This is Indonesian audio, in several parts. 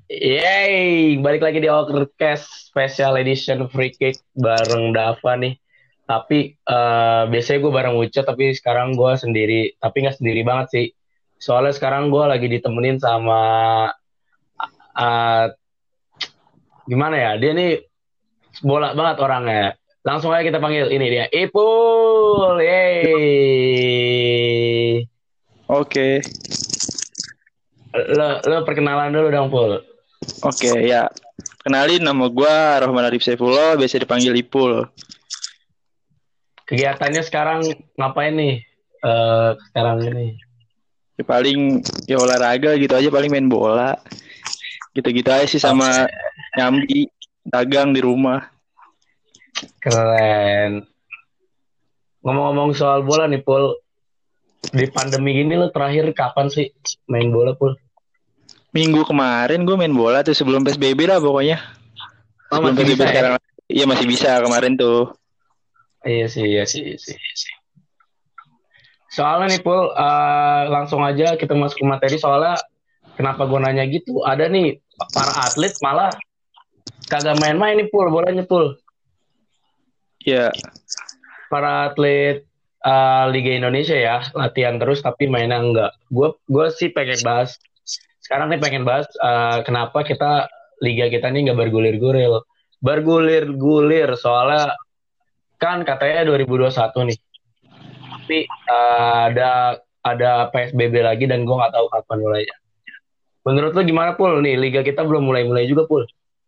Yeay, balik lagi di Overcast Special Edition Free Kick bareng Dava nih. Tapi biasanya gue bareng Uca, tapi sekarang gue sendiri. Tapi nggak sendiri banget sih. Soalnya sekarang gue lagi ditemenin sama eh, gimana ya? Dia nih bola banget orangnya. Langsung aja kita panggil ini dia, Ipul. Yeay. Oke, Lo perkenalan dulu dong, Pul. oke ya. Kenalin nama gue Rohman Arif Saifullah, biasa dipanggil Ipul. Kegiatannya sekarang ngapain nih? Sekarang ini. Ya paling ya olahraga gitu aja, paling main bola. Gitu-gitu aja sih sama nyambi, dagang di rumah. Keren. Ngomong-ngomong soal bola nih, Pul. Di pandemi gini lo terakhir kapan sih main bola, Pul? Minggu kemarin gue main bola tuh sebelum PSBB lah pokoknya. Oh, Sebelum masih PSBB bisa ya? sekarang. Iya masih bisa kemarin tuh. Iya sih, iya sih, iya sih. Soalnya nih, Pul, langsung aja kita masuk ke materi. Soalnya kenapa gue nanya gitu? Ada nih para atlet malah kagak main-main nih, Pul, bolanya, Pul. Ya, Para atlet Liga Indonesia ya, latihan terus tapi mainnya enggak. Gue sih pengen bahas sekarang nih pengen bahas kenapa kita liga kita nih nggak bergulir-gulir. Bergulir-gulir soalnya kan katanya 2021 nih. Tapi ada PSBB lagi dan gue nggak tahu kapan mulainya. Menurut lo gimana, Pul? Nih liga kita belum mulai-mulai juga, Pul.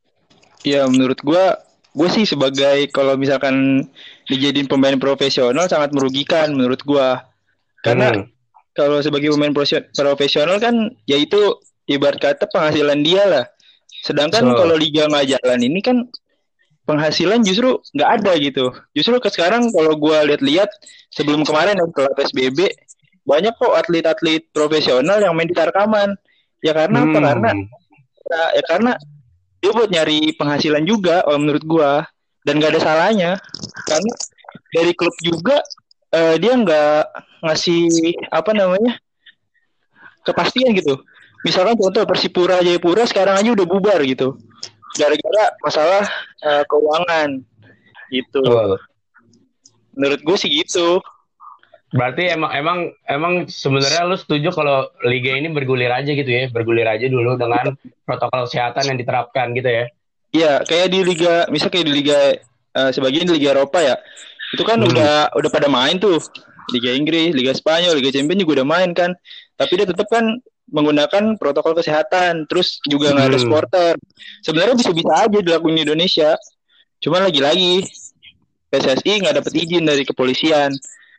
ya menurut gue sih sebagai kalau misalkan dijadiin pemain profesional sangat merugikan menurut gue. Karena Hmm. kalau sebagai pemain profesional kan yaitu ibarat kata penghasilan dia lah. Sedangkan Betul. kalau liga nggak jalan ini kan penghasilan justru nggak ada gitu. Justru ke sekarang kalau gue lihat-lihat sebelum kemarin setelah PSBB banyak kok atlet-atlet profesional yang main di Tarkaman. Ya karena apa? Hmm. Karena dia buat nyari penghasilan juga menurut gue dan nggak ada salahnya karena dari klub juga dia nggak ngasih apa namanya kepastian gitu. Misalkan contoh Persipura Jayapura sekarang aja udah bubar gitu. Gara-gara masalah keuangan gitu. Betul. Menurut gue sih gitu. Berarti emang emang emang sebenarnya lu setuju kalau liga ini bergulir aja gitu ya, bergulir aja dulu dengan protokol kesehatan yang diterapkan gitu ya. Iya, kayak di liga, misal kayak di liga sebagian di Liga Eropa ya. Itu kan Hmm. udah pada main tuh. Liga Inggris, Liga Spanyol, Liga Champions juga udah main kan. Tapi dia tetap kan menggunakan protokol kesehatan, terus juga nggak ada Hmm. supporter. Sebenarnya bisa-bisa aja dilakuin di Indonesia. Cuman lagi-lagi PSSI nggak dapet izin dari kepolisian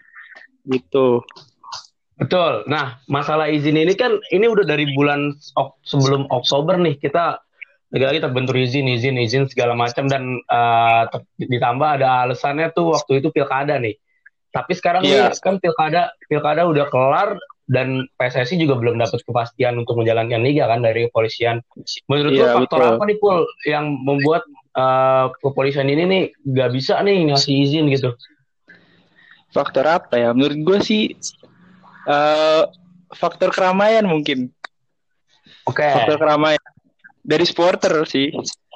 gitu. Betul. Nah, masalah izin ini kan ini udah dari bulan sebelum Oktober nih kita lagi-lagi terbentur izin, izin, izin segala macam dan ditambah ada alasannya tuh waktu itu pilkada nih. Tapi sekarang Iya, nih kan pilkada pilkada udah kelar dan PSSI juga belum dapat kepastian untuk menjalankan liga kan dari kepolisian. Menurut lo iya faktor betul. apa nih, Pul, yang membuat kepolisian ini nih nggak bisa nih ngasih izin gitu? Faktor apa ya? Menurut gue sih eh faktor keramaian mungkin. Oke. Faktor keramaian dari supporter sih.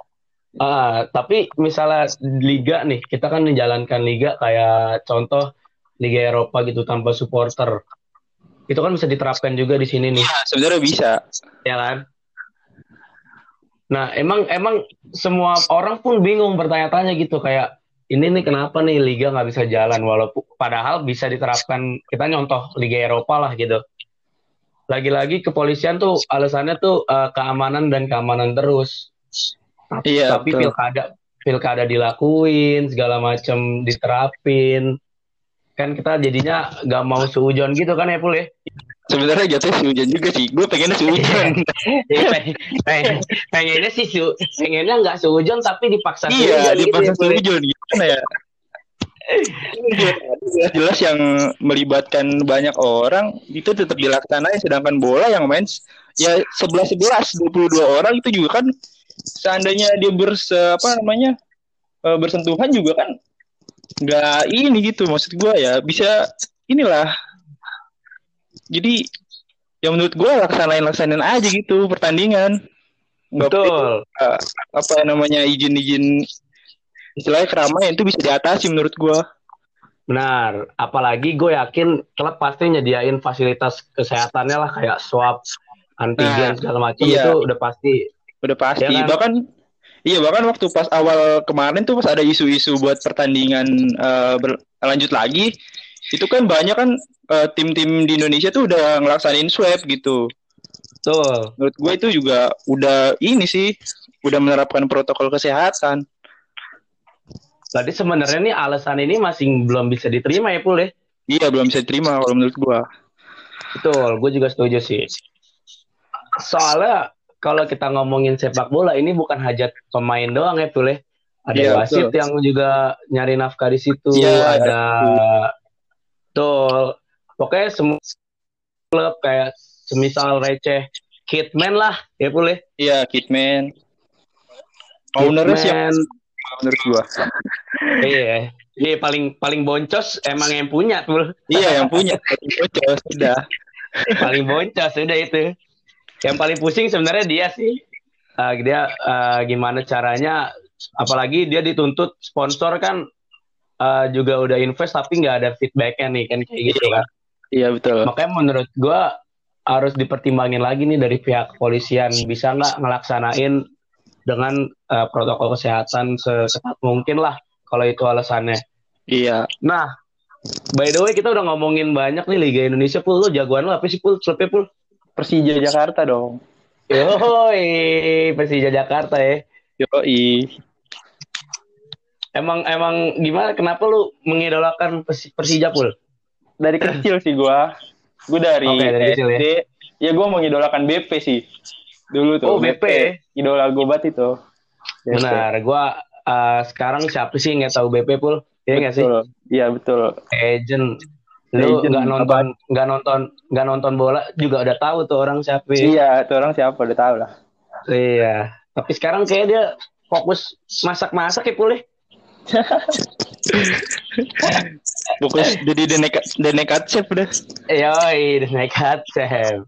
Tapi misalnya liga nih, kita kan menjalankan liga kayak contoh Liga Eropa gitu tanpa supporter. Itu kan bisa diterapkan juga di sini nih, Sebenarnya bisa. ya kan? Nah, emang emang semua orang pun bingung bertanya-tanya gitu kayak ini nih kenapa nih liga nggak bisa jalan walaupun padahal bisa diterapkan kita nyontoh Liga Eropa lah gitu. Lagi-lagi kepolisian tuh alasannya tuh keamanan dan keamanan terus. Iya Tapi betul. pilkada pilkada dilakuin segala macam diterapin kan kita jadinya nggak mau seujon gitu kan ya Pul ya. Sebenarnya jatuh si hujan juga sih. Gue pengennya si hujan. Iya, pengennya sih pengennya nggak seujon tapi dipaksa Iya, seujon gitu ya dipaksa si Pul ya. hujan gimana ya? Jelas yang melibatkan banyak orang itu tetap dilaksanain sedangkan bola yang main ya 11-11 22 orang itu juga kan seandainya dia apa namanya bersentuhan juga kan nggak ini gitu maksud gue ya bisa inilah jadi ya menurut gue laksanain aja gitu pertandingan. nggak perlu Betul. apa namanya izin-izin istilahnya keramaian itu bisa diatasi menurut gua. Benar. Apalagi gue yakin klub pasti nyediain fasilitas kesehatannya lah kayak swab, Nah, antigen segala macam iya, itu udah pasti. udah Ya pasti. kan? Bahkan waktu pas awal kemarin tuh pas ada isu-isu buat pertandingan berlanjut lagi, itu kan banyak kan tim-tim di Indonesia tuh udah ngelaksanin swab gitu. Betul. Menurut gue itu juga udah ini sih, udah menerapkan protokol kesehatan. Berarti sebenarnya nih alasan ini masih belum bisa diterima ya Pul ya? Iya, belum bisa diterima kalau menurut gue. Betul, gue juga setuju sih. Soalnya kalau kita ngomongin sepak bola ini bukan hajat pemain doang ya Pul ya. Ada Iya, betul. wasit yang juga nyari nafkah di situ, Iya, ada betul. Pokoknya semua klub kayak semisal receh Kitman lah ya Pul ya. iya, Kitman. Ownernya siapa Kitman, menurut gue? iya. Iya paling paling boncos emang yang punya Pul. Iya, yang punya. Bocor, sudah. Paling boncos udah itu. Yang paling pusing sebenarnya dia sih. Dia gimana caranya apalagi dia dituntut sponsor kan juga udah invest tapi nggak ada feedbacknya nih kan kayak gitu Iya, kan. iya betul. Makanya menurut gua harus dipertimbangin lagi nih dari pihak kepolisian bisa nggak ngelaksanain dengan protokol kesehatan seketat mungkin lah kalau itu alasannya. Iya. Nah, by the way kita udah ngomongin banyak nih Liga Indonesia Pul. Lu jagoan lu apa sih Pul? Klubnya Pul? Persija Jakarta dong. Yoi, Persija Jakarta ya. Yoi. Emang emang gimana? Kenapa lu mengidolakan Persija Pul? Dari kecil sih gue Oke, dari dari kecil ya. SD ya gue mengidolakan BP sih dulu tuh Oh, BP. idola gue banget itu BP. Benar. Gua sekarang siapa sih nggak tahu BP Pul? Iya nggak sih? Betul, iya betul. Agent. Lu Legend nggak apa? nonton nggak nonton nggak nonton bola juga udah tahu tuh orang siapa. Iya, itu orang siapa udah tahu lah. Iya. Tapi sekarang kayak dia fokus masak-masak ya Pul ya? Fokus jadi the nekat chef udah. Yoi, nekat Sam.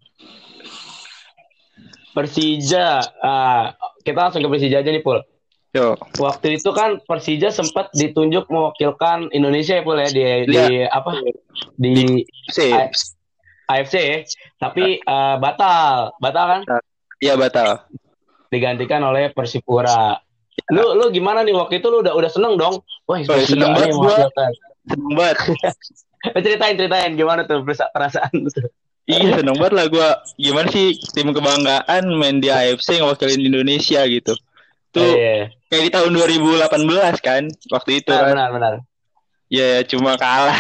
Persija. Kita langsung ke Persija aja nih Pul. Yo. Waktu itu kan Persija sempat ditunjuk mewakilkan Indonesia ya Pul ya Iya. apa di C. AFC ya. Tapi batal kan Iya batal. digantikan oleh Persipura. Lu gimana nih waktu itu lu udah seneng dong? Wah, Persija Seneng nih banget gua. mewakilkan. Seneng banget. Ceritain gimana tuh perasaan lu tuh? Iya seneng banget lah gue. Gimana sih tim kebanggaan main di AFC ngewakilin Indonesia gitu. Tuh Iya. kayak di tahun 2018 kan waktu itu kan. Benar. Ya cuma kalah.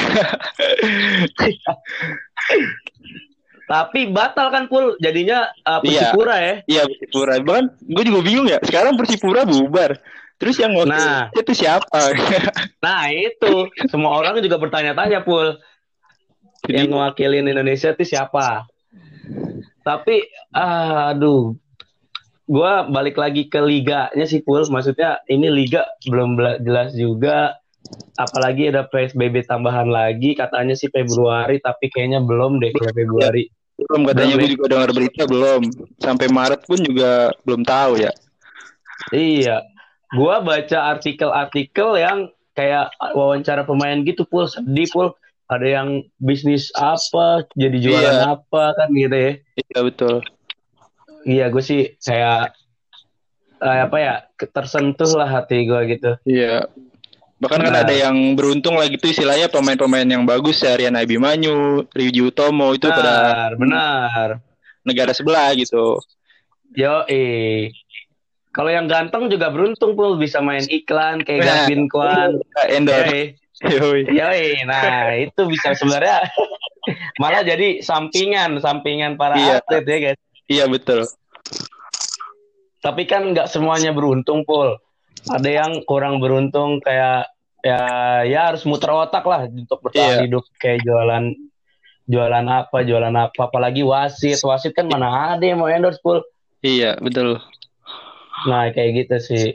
Tapi batal kan Pul jadinya Persipura ya. Iya Persipura. Bahkan gue juga bingung ya. Sekarang Persipura bubar. Terus yang wakil itu siapa? Nah itu semua orang juga bertanya-tanya Pul. Yang mewakilin Indonesia itu siapa? Tapi aduh, gue balik lagi ke liganya sih Pul. Maksudnya ini liga belum jelas juga. Apalagi ada PSBB tambahan lagi. Katanya sih Februari, tapi kayaknya belum deh kalau Februari. Belum katanya gue juga dengar berita belum. Sampai Maret pun juga belum tahu ya. Iya. Gue baca artikel-artikel yang kayak wawancara pemain gitu Pul. Sedih Pul. Ada yang bisnis apa, jadi jualan apa kan gitu ya. Iya betul. Iya gue sih kayak apa ya tersentuh lah hati gue gitu. Iya. Bahkan kan ada yang beruntung lah gitu istilahnya pemain-pemain yang bagus ya Rian Abimanyu, Ryuji Utomo itu pada benar. Negara sebelah gitu. Yo kalau yang ganteng juga beruntung Pul bisa main iklan kayak Gavin Kwan. Endor. Yoi. Nah itu bisa sebenarnya malah jadi sampingan para atlet ya guys. Iya betul. Tapi kan nggak semuanya beruntung Pul. Ada yang kurang beruntung kayak ya harus muter otak lah untuk bertahan hidup kayak jualan apa apalagi wasit kan mana ada yang mau endorse Pul. Iya betul. Nah kayak gitu sih.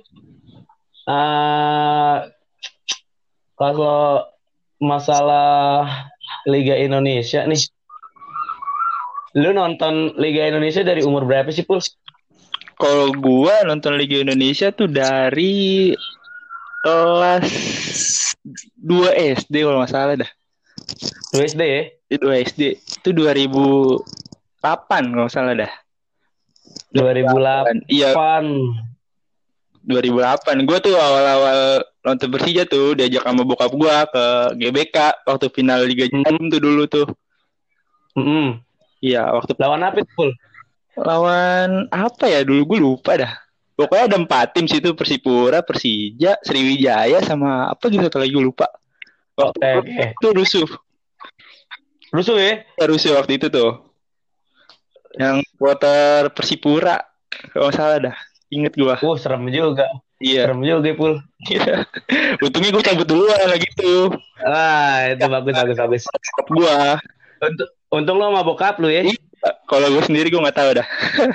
Kalau masalah Liga Indonesia nih, lu nonton Liga Indonesia dari umur berapa sih Pul? Kalau gua nonton Liga Indonesia tuh dari kelas 2 SD kalau nggak salah dah. 2 SD ya? 2 SD. Itu 2008 kalau nggak salah dah. 2008. Iya, 2008. Gue tuh awal-awal nonton Persija tuh diajak sama bokap gue ke GBK waktu final Liga Jatim tuh dulu tuh. Iya, waktu lawan apa itu, Pul? lawan apa ya dulu gue lupa dah. Pokoknya ada 4 tim situ, Persipura, Persija, Sriwijaya sama apa gitu satu lagi gue lupa. Waktu itu rusuh. Rusuh ya? Ya, rusuh waktu itu tuh. Yang supporter Persipura kalau salah dah. Ingat gue. Serem juga. Iya. Serem juga, Pul. Iya. Untungnya gue cabut duluan lah gitu. Itu bagus. Gua. Untung lo sama bokap lu ya. Kalau gue sendiri gue nggak tahu dah.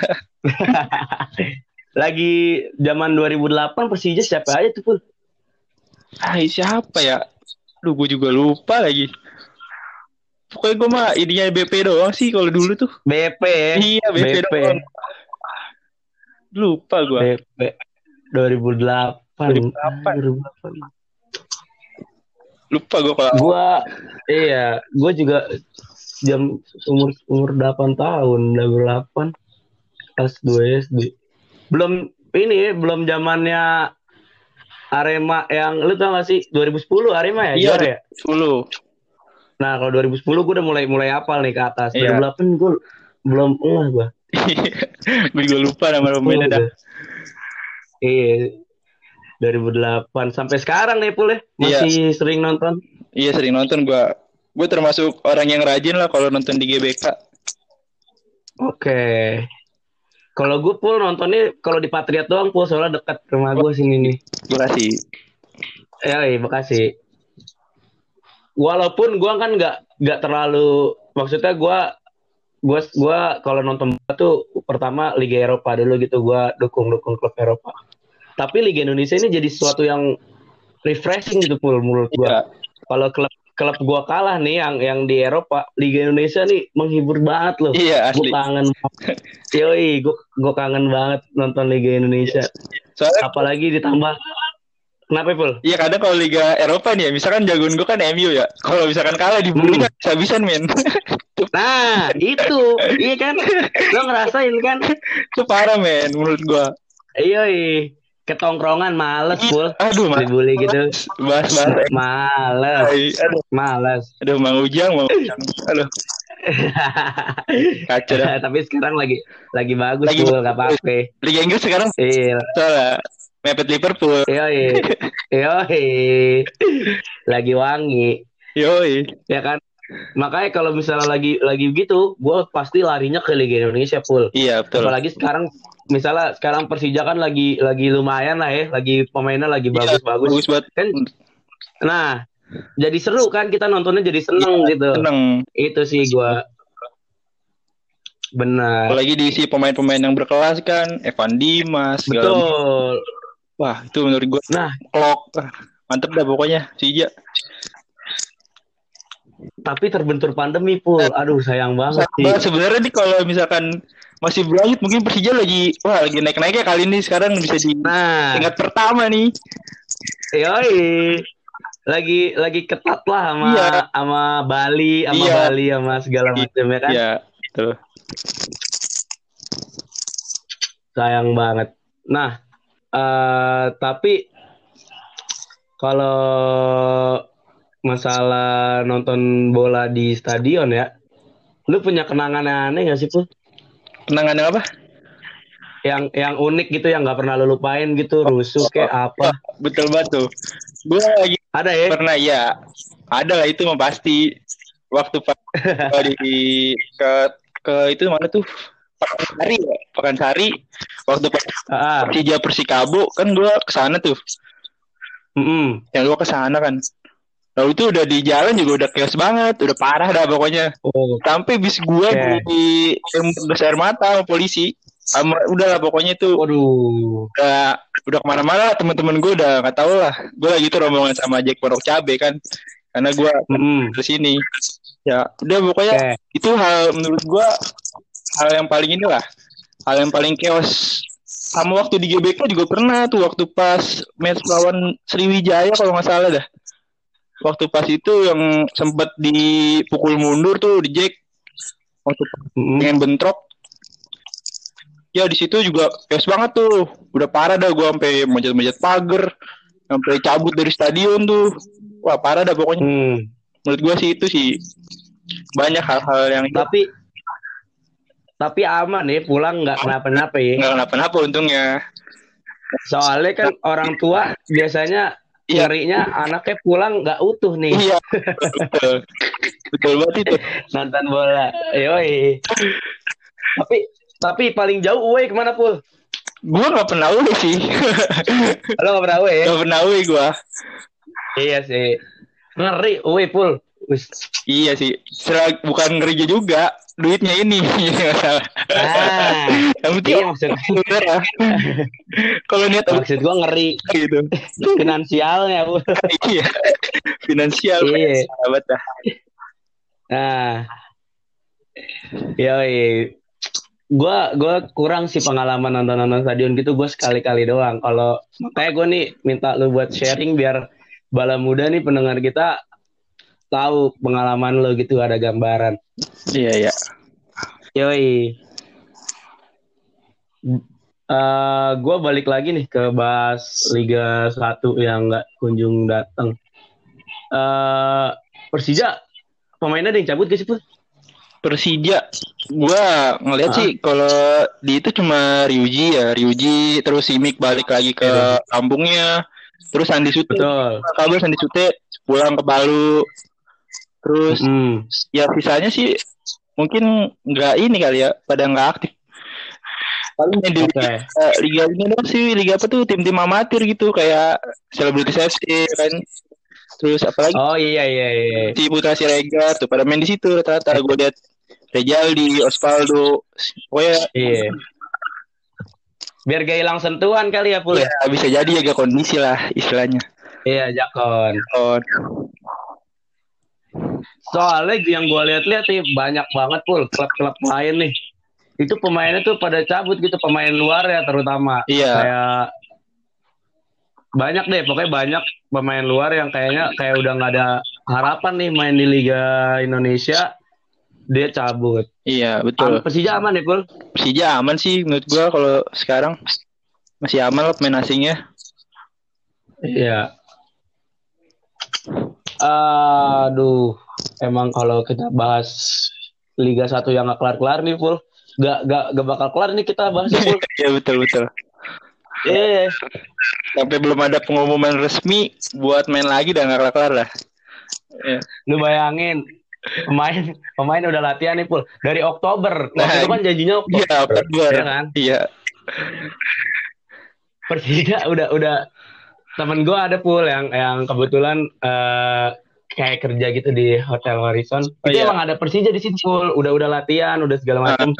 Lagi zaman 2008 Persija siapa aja tuh, Pul? Siapa ya? Duh, gue juga lupa lagi. Pokoknya gue mah ininya BP doang sih kalau dulu tuh. BP ya? Iya, BP doang. Lupa gue. BP 2008. Lupa gue kalau. Gue juga jam umur 8 tahun, 8 kelas 2 SD. Belum zamannya Arema yang lu tau gak sih 2010 Arema ya? Iya, juara ya? 2010. Nah, kalau 2010 gue udah mulai hafal nih ke atas. Iya. 2008 gue belum gue. Gue juga lupa nama pemainnya dah. Iya. 2008 sampai sekarang nih, Pul ya? Masih sering nonton? Iya, sering nonton gue. Gue termasuk orang yang rajin lah kalau nonton di GBK. Oke. Kalau gue, Pul, nontonnya kalau di Patriot doang, Pul, soalnya dekat rumah gue sini nih. Bekasi. Iya, Bekasi. Walaupun gue kan nggak terlalu, maksudnya gue kalau nonton tuh pertama Liga Eropa dulu gitu, gue dukung klub Eropa. Tapi Liga Indonesia ini jadi sesuatu yang refreshing gitu, Pul, menurut gue. Yeah. Kalau klub gue kalah nih yang di Eropa, Liga Indonesia nih menghibur banget loh. Iya, asli. Gue kangen banget. Gue kangen banget nonton Liga Indonesia. Soalnya, apalagi ditambah. Kenapa, Pul? Iya, kadang kalau Liga Eropa nih ya, misalkan jagoan gue kan MU ya. Kalau misalkan kalah dibully kan bisa-bisan, men. Nah, itu. Iya kan? Lo ngerasain kan? Itu parah, men, menurut gue. Iya. Ketongkrongan males, Pul. Aduh, dibully gitu. Bahas-bahas. Males. Aduh, Mang Ujang. Aduh. Kacau dah. Tapi sekarang lagi bagus, Pul, enggak apa-apa. Liga Inggris sekarang. Iya. Soalnya mepet Liverpool. Yoi. Lagi wangi. Yoi. Ya kan? Makanya kalau misalnya lagi gitu, gue pasti larinya ke Liga Indonesia, Pul. Iya, betul. Apalagi sekarang Persija kan lagi lumayan lah ya, lagi pemainnya lagi bagus-bagus. Bagus banget. Kan, nah, jadi seru kan, kita nontonnya jadi seneng gitu. Seneng. Itu sih gue. Benar. Apalagi diisi pemain-pemain yang berkelas kan, Evan Dimas. Betul. Wah, itu menurut gue. Nah, mantep dah pokoknya, Persija. Tapi terbentur pandemi, Pul. Aduh, sayang banget sih. Sebenarnya nih kalau misalkan masih berlanjut, mungkin Persija lagi naik-naiknya kali ini, sekarang bisa di tingkat pertama nih. Yoi. Lagi ketat lah sama Bali, sama segala macam ya kan. Iya, betul. Sayang banget. Nah, tapi kalau masalah nonton bola di stadion ya, lu punya kenangan aneh nggak sih, Pul? Kenangan apa? Yang unik gitu, yang nggak pernah lu lupain gitu, rusuh kayak apa? Betul banget tuh. Gue lagi ada ya? Pernah ya. Ada lah, itu mah pasti. Waktu ke itu mana tuh? Pekansari. Waktu Persija Persikabo kan gue kesana tuh. Yang gue kesana kan. Lalu itu udah di jalan juga udah chaos banget, udah parah dah pokoknya. Sampai bis gue di gas air mata sama polisi. Udah lah pokoknya itu. Waduh. Udah kemana-mana, teman-teman gue udah nggak tahu lah. Gue lagi tuh rombongan sama Jack Pondok Cabe kan, karena gue ke sini. Ya udah pokoknya itu menurut gue hal yang paling chaos sama waktu di GBK juga pernah tuh, waktu pas match lawan Sriwijaya kalau nggak salah dah. Waktu pas itu yang sempat dipukul mundur tuh di Jack, waktu pengen bentrok. Ya di situ juga chaos banget tuh. Udah parah dah, gue sampai manjat-manjat pagar, sampai cabut dari stadion tuh. Wah parah dah pokoknya. Menurut gue sih itu sih banyak hal-hal yang tapi aman ya, pulang nggak kenapa-napa ya. Nggak kenapa-napa untungnya. Soalnya kan orang tua biasanya ngerinya anaknya pulang nggak utuh nih. Iya, betul banget itu. Nonton bola, yoi. Tapi paling jauh away kemana Pul? Gue nggak pernah away sih. Lo nggak pernah away ya? Nggak pernah away gue. Iya sih, ngeri away Pul. Iya sih, bukan ngeri juga, duitnya ini. Iya maksudnya. Kalau niat maksud gue ngeri gitu. Finansialnya Pul. Iya, finansial. Iya. Sahabat dah. Nah, yoi. Gue kurang sih pengalaman nonton stadion gitu, gue sekali-kali doang. Kalau makanya gue nih minta lu buat sharing biar bala muda nih pendengar kita tahu pengalaman lo gitu, ada gambaran. Iya. Yoi. Gue balik lagi nih ke bahas Liga 1 yang nggak kunjung datang. Persija pemainnya ada yang cabut gak sih Pul? Persija, gue ngeliat sih kalau di itu cuma Ryuji, terus Simic balik lagi ke kampungnya, terus Andi Sute, kabar Andi Sute pulang ke Palu, terus ya sisanya sih mungkin nggak ini kali ya, pada nggak aktif. Paling di liga ini dong sih, liga apa tuh, tim-tim amatir gitu kayak Celebrities FC kan. Terus apalagi? Oh iya. Si Putra Siregar tuh pada main di situ rata-rata. Gue lihat Rejaldi, Osvaldo, iya. Biar gak hilang sentuhan kali ya Pul. Ya, bisa jadi agak kondisi lah istilahnya. Iya, Jakon. Soalnya yang gue lihat-lihat nih banyak banget Pul klub-klub lain nih. Itu pemainnya tuh pada cabut gitu, pemain luar ya terutama. Iya. Kayak banyak deh, pokoknya banyak pemain luar yang kayaknya kayak udah nggak ada harapan nih main di Liga Indonesia, dia cabut. Iya betul. Persija aman ya Pul? Persija aman sih menurut gua, kalau sekarang masih aman lah pemain asingnya. Iya. Aduh, emang kalau kita bahas Liga 1 yang nggak kelar-kelar nih Pul, gak bakal kelar nih kita bahas Pul. Iya betul. Iya. Sampai belum ada pengumuman resmi buat main lagi, udah nggak kelar lah. Lu bayangin pemain udah latihan nih Pul dari Oktober. Waktu itu kan janjinya Oktober. Iya, Oktober. Ya kan? Iya. Persija udah temen gue ada Pul yang kebetulan kayak kerja gitu di Hotel Horizon. Itu emang ada Persija di situ Pul. Udah latihan, udah segala macam.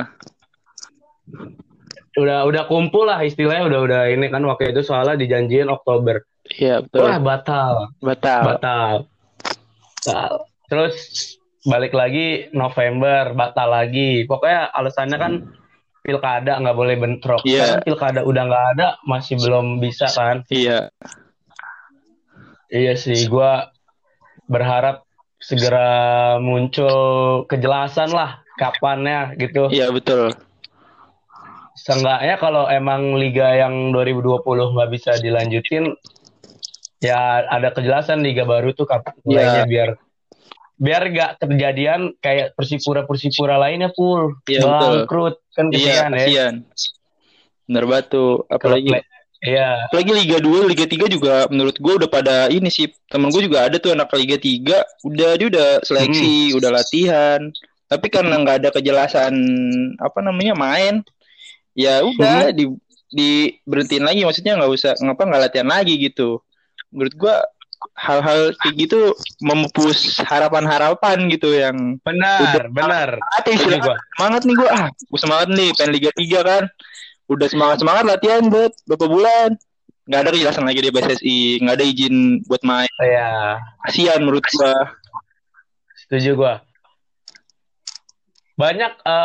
Udah kumpul lah istilahnya, udah ini kan waktu itu soalnya dijanjiin Oktober. Iya betul. Wah batal. Terus balik lagi November batal lagi. Pokoknya alasannya kan pilkada nggak boleh bentrok. Iya. Sekarang pilkada udah nggak ada, masih belum bisa kan? Iya. Iya sih, gue berharap segera muncul kejelasan lah kapannya gitu. Iya betul. Seenggaknya kalau emang liga yang 2020 nggak bisa dilanjutin, ya ada kejelasan liga baru tuh kapan mulainya, biar nggak kejadian kayak persipura lainnya Pul, bangkrut kan kesian ya. Bener batu, apalagi Liga 2, Liga 3 juga menurut gue udah pada ini sih. Temen gue juga ada tuh anak Liga 3, dia udah seleksi, udah latihan. Tapi karena nggak ada kejelasan main, ya udah di berhentiin lagi, maksudnya nggak latihan lagi gitu. Menurut gue hal-hal kayak gitu memupus harapan gitu yang benar. Semangat nih gue, semangat nih pengen Liga 3 kan. Udah semangat latihan buat beberapa bulan, nggak ada kejelasan lagi di PSSI, nggak ada izin buat main. Iya. Kasian menurut gua. Setuju gua. Banyak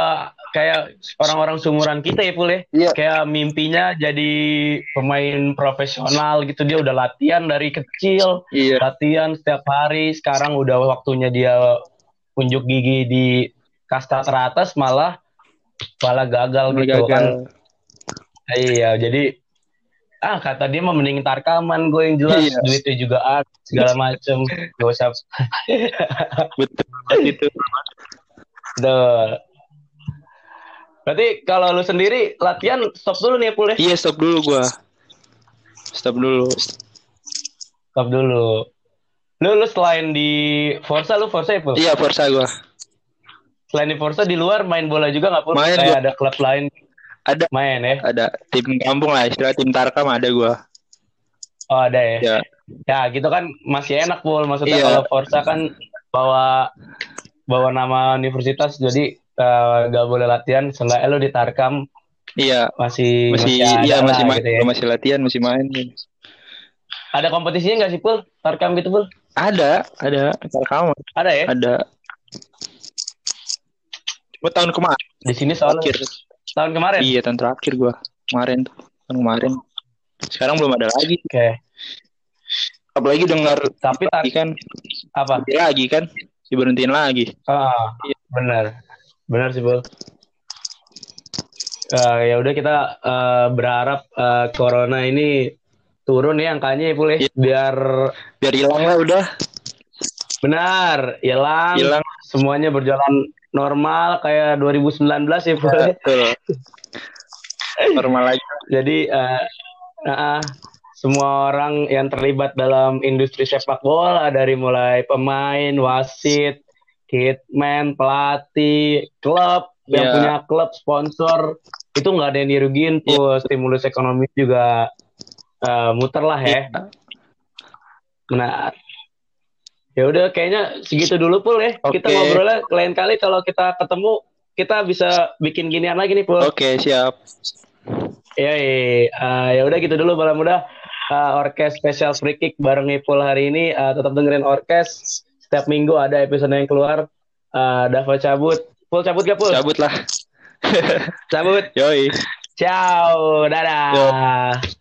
kayak orang-orang seumuran kita ya Pul ya. Iya. Kayak mimpinya jadi pemain profesional gitu, dia udah latihan dari kecil, Iya. latihan setiap hari. Sekarang udah waktunya dia unjuk gigi di kasta teratas, malah gagal Mulai gitu kan. gagal. Iya, jadi kata dia mah mending Tarkaman, gue yang jelas Iya. duitnya juga segala macem, gak usah. Betul banget itu. Duh. Berarti kalau lu sendiri latihan stop dulu nih Pul ya? Iya, stop dulu gua. Stop dulu. Stop dulu. Lu selain di Forza, lu Forza ya Pul? Iya, Forza gua. Selain di Forza di luar main bola juga nggak Pul? Main Kayak gua. ada klub lain Ada main ya? ada tim kampung lah, istilah tim Tarkam ada gua. Oh ada ya? Ya. Ya gitu kan masih enak Pul. Maksudnya Iya. kalau Forza kan bawa bawa nama universitas, jadi nggak boleh latihan. Seenggaknya lu di Tarkam Iya. masih Iya, ada masih lah main, gitu ya. masih latihan, masih main. Ada kompetisinya nggak sih Pul? Tarkam gitu Pul? Ada Tarkam. Ada ya? Ada. Cuma tahun kemarin. Di sini soalnya Terakhir. tahun kemarin. Iya, tahun terakhir gua. Kemarin tuh. Tahun kemarin. Sekarang belum ada lagi. Oke. Apalagi dengar Tapi lagi kan. apa? Lagi kan. Diberhentiin lagi. Iya. Benar sih Pul. Ya udah kita berharap corona ini turun ya angkanya ya Pul ya. Iya. Biar hilang lah udah. Benar, hilang. Semuanya berjalan normal kayak 2019 ya Pul. Ya, betul. Normal lagi. Jadi semua orang yang terlibat dalam industri sepak bola, dari mulai pemain, wasit, kitman, pelatih, klub yang punya klub, sponsor, itu nggak ada yang dirugiin Pul. Stimulus ekonomi juga muter lah ya. Benar. Ya udah kayaknya segitu dulu Pul ya. Oke. Kita ngobrolnya lain kali kalau kita ketemu, kita bisa bikin ginian lagi nih Pul. Oke, siap. Ya udah gitu dulu Bala Muda. Orkes spesial free kick bareng Ipul hari ini. Tetap dengerin Orkes. Setiap minggu ada episode yang keluar. Dava cabut. Pul cabut gak Pul? Cabut lah. Cabut. Yoi. Ciao. Dadah. Yo.